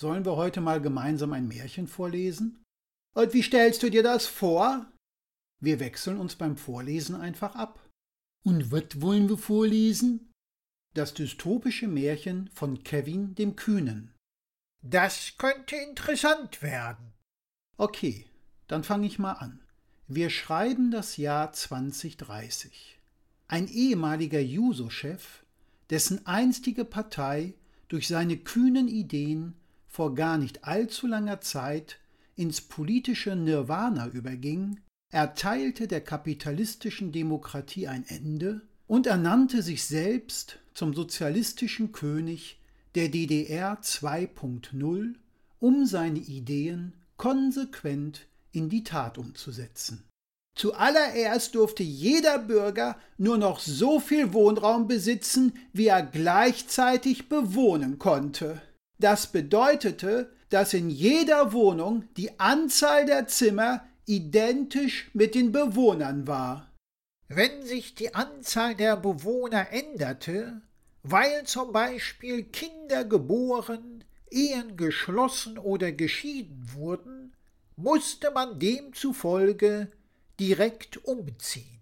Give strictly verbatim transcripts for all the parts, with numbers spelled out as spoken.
Sollen wir heute mal gemeinsam ein Märchen vorlesen? Und wie stellst du dir das vor? Wir wechseln uns beim Vorlesen einfach ab. Und was wollen wir vorlesen? Das dystopische Märchen von Kevin dem Kühnen. Das könnte interessant werden. Okay, dann fange ich mal an. Wir schreiben das Jahr zwanzig dreißig. Ein ehemaliger Juso-Chef, dessen einstige Partei durch seine kühnen Ideen vor gar nicht allzu langer Zeit ins politische Nirvana überging, erteilte der kapitalistischen Demokratie ein Ende und ernannte sich selbst zum sozialistischen König der D D R zwei Punkt null, um seine Ideen konsequent in die Tat umzusetzen. Zuallererst durfte jeder Bürger nur noch so viel Wohnraum besitzen, wie er gleichzeitig bewohnen konnte. Das bedeutete, dass in jeder Wohnung die Anzahl der Zimmer identisch mit den Bewohnern war. Wenn sich die Anzahl der Bewohner änderte, weil zum Beispiel Kinder geboren, Ehen geschlossen oder geschieden wurden, musste man demzufolge direkt umziehen.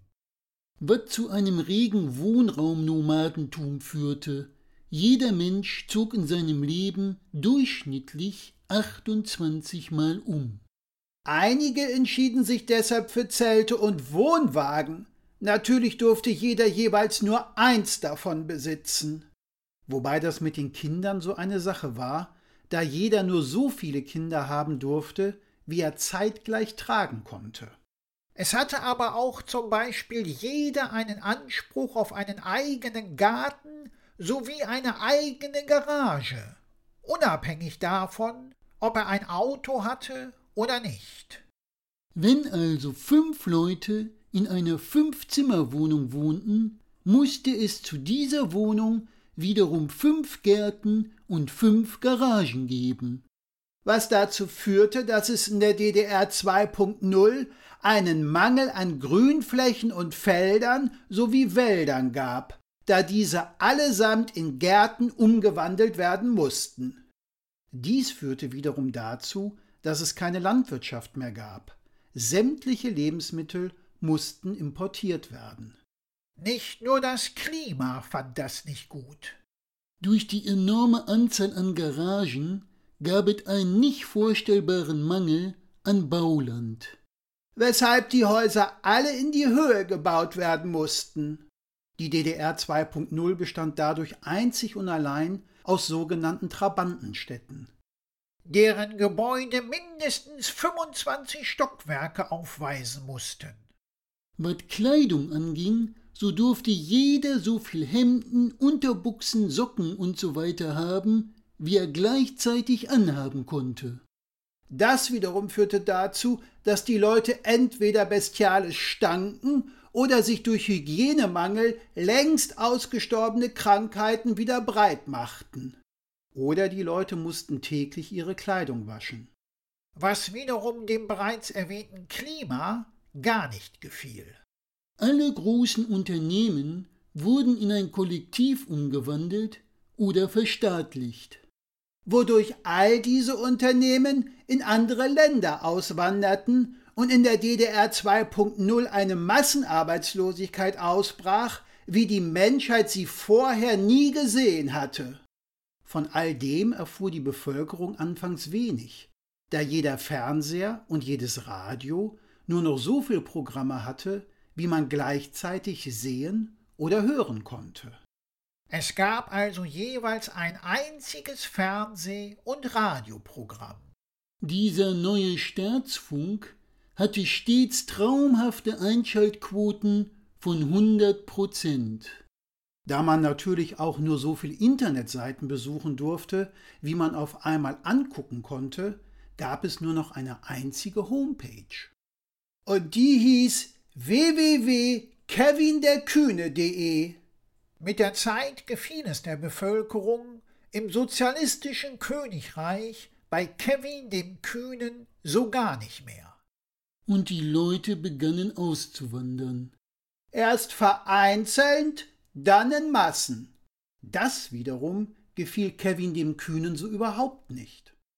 Was zu einem regen Wohnraumnomadentum führte. Jeder Mensch zog in seinem Leben durchschnittlich achtundzwanzig Mal um. Einige entschieden sich deshalb für Zelte und Wohnwagen. Natürlich durfte jeder jeweils nur eins davon besitzen. Wobei das mit den Kindern so eine Sache war, da jeder nur so viele Kinder haben durfte, wie er zeitgleich tragen konnte. Es hatte aber auch zum Beispiel jeder einen Anspruch auf einen eigenen Garten sowie eine eigene Garage, unabhängig davon, ob er ein Auto hatte oder nicht. Wenn also fünf Leute in einer Fünf-Zimmer-Wohnung wohnten, musste es zu dieser Wohnung wiederum fünf Gärten und fünf Garagen geben. Was dazu führte, dass es in der D D R zwei Punkt null einen Mangel an Grünflächen und Feldern sowie Wäldern gab, da diese allesamt in Gärten umgewandelt werden mussten. Dies führte wiederum dazu, dass es keine Landwirtschaft mehr gab. Sämtliche Lebensmittel mussten importiert werden. Nicht nur das Klima fand das nicht gut. Durch die enorme Anzahl an Garagen gab es einen nicht vorstellbaren Mangel an Bauland. Weshalb die Häuser alle in die Höhe gebaut werden mussten. Die D D R zwei Punkt null bestand dadurch einzig und allein aus sogenannten Trabantenstädten, deren Gebäude mindestens fünfundzwanzig Stockwerke aufweisen mussten. Was Kleidung anging, so durfte jeder so viel Hemden, Unterbuchsen, Socken und so weiter haben, wie er gleichzeitig anhaben konnte. Das wiederum führte dazu, dass die Leute entweder bestialisch stanken oder sich durch Hygienemangel längst ausgestorbene Krankheiten wieder breit machten. Oder die Leute mussten täglich ihre Kleidung waschen. Was wiederum dem bereits erwähnten Klima gar nicht gefiel. Alle großen Unternehmen wurden in ein Kollektiv umgewandelt oder verstaatlicht, wodurch all diese Unternehmen in andere Länder auswanderten und in der D D R zwei Punkt null eine Massenarbeitslosigkeit ausbrach, wie die Menschheit sie vorher nie gesehen hatte. Von all dem erfuhr die Bevölkerung anfangs wenig, da jeder Fernseher und jedes Radio nur noch so viel Programme hatte, wie man gleichzeitig sehen oder hören konnte. Es gab also jeweils ein einziges Fernseh- und Radioprogramm. Dieser neue Staatsfunk hatte stets traumhafte Einschaltquoten von hundert Prozent. Da man natürlich auch nur so viel Internetseiten besuchen durfte, wie man auf einmal angucken konnte, gab es nur noch eine einzige Homepage. Und die hieß w w w punkt kevin der kühne punkt de. Mit der Zeit gefiel es der Bevölkerung im sozialistischen Königreich bei Kevin dem Kühnen so gar nicht mehr. Und die Leute begannen auszuwandern. Erst vereinzelt, dann in Massen. Das wiederum gefiel Kevin dem Kühnen so überhaupt nicht.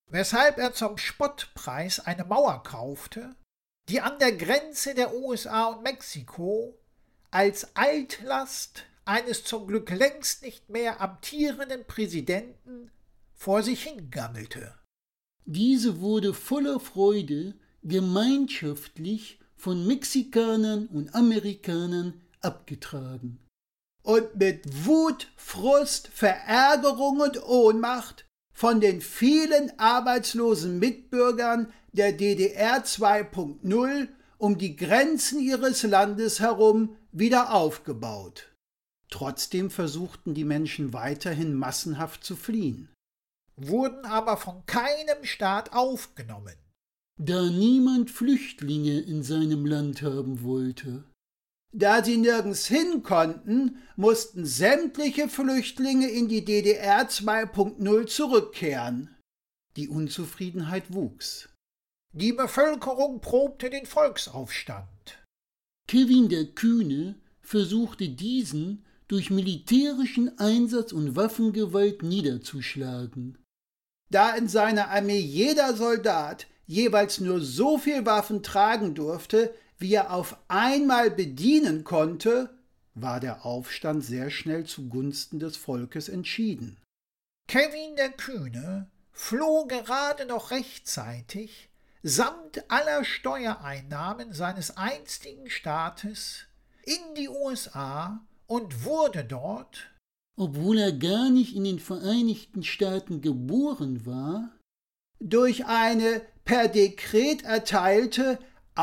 weshalb er zum Spottpreis eine Mauer kaufte, die an der Grenze der U S A und Mexiko als Altlast eines zum Glück längst nicht mehr amtierenden Präsidenten vor sich hingammelte. Diese wurde voller Freude gemeinschaftlich von Mexikanern und Amerikanern abgetragen. Und mit Wut, Frust, Verärgerung und Ohnmacht von den vielen arbeitslosen Mitbürgern der D D R zwei Punkt null um die Grenzen ihres Landes herum wieder aufgebaut. Trotzdem versuchten die Menschen weiterhin massenhaft zu fliehen, wurden aber von keinem Staat aufgenommen, da niemand Flüchtlinge in seinem Land haben wollte. Da sie nirgends hin konnten, mussten sämtliche Flüchtlinge in die D D R zwei Punkt null zurückkehren. Die Unzufriedenheit wuchs. Die Bevölkerung probte den Volksaufstand. Kevin der Kühne versuchte diesen durch militärischen Einsatz und Waffengewalt niederzuschlagen. Da in seiner Armee jeder Soldat jeweils nur so viel Waffen tragen durfte, wie er auf einmal bedienen konnte, war der Aufstand sehr schnell zugunsten des Volkes entschieden. Kevin der Kühne floh gerade noch rechtzeitig samt aller Steuereinnahmen seines einstigen Staates in die U S A und wurde dort, obwohl er gar nicht in den Vereinigten Staaten geboren war, durch eine per Dekret erteilte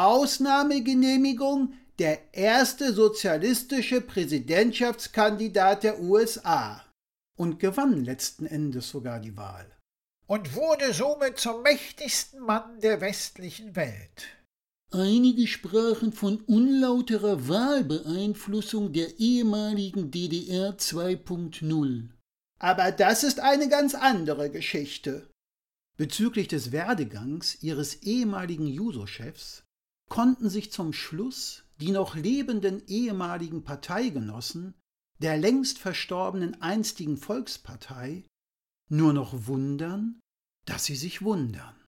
Ausnahmegenehmigung der erste sozialistische Präsidentschaftskandidat der U S A und gewann letzten Endes sogar die Wahl. Und wurde somit zum mächtigsten Mann der westlichen Welt. Einige sprachen von unlauterer Wahlbeeinflussung der ehemaligen D D R zwei Punkt null. Aber das ist eine ganz andere Geschichte. Bezüglich des Werdegangs ihres ehemaligen Juso-Chefs konnten sich zum Schluss die noch lebenden ehemaligen Parteigenossen der längst verstorbenen einstigen Volkspartei nur noch wundern, dass sie sich wundern.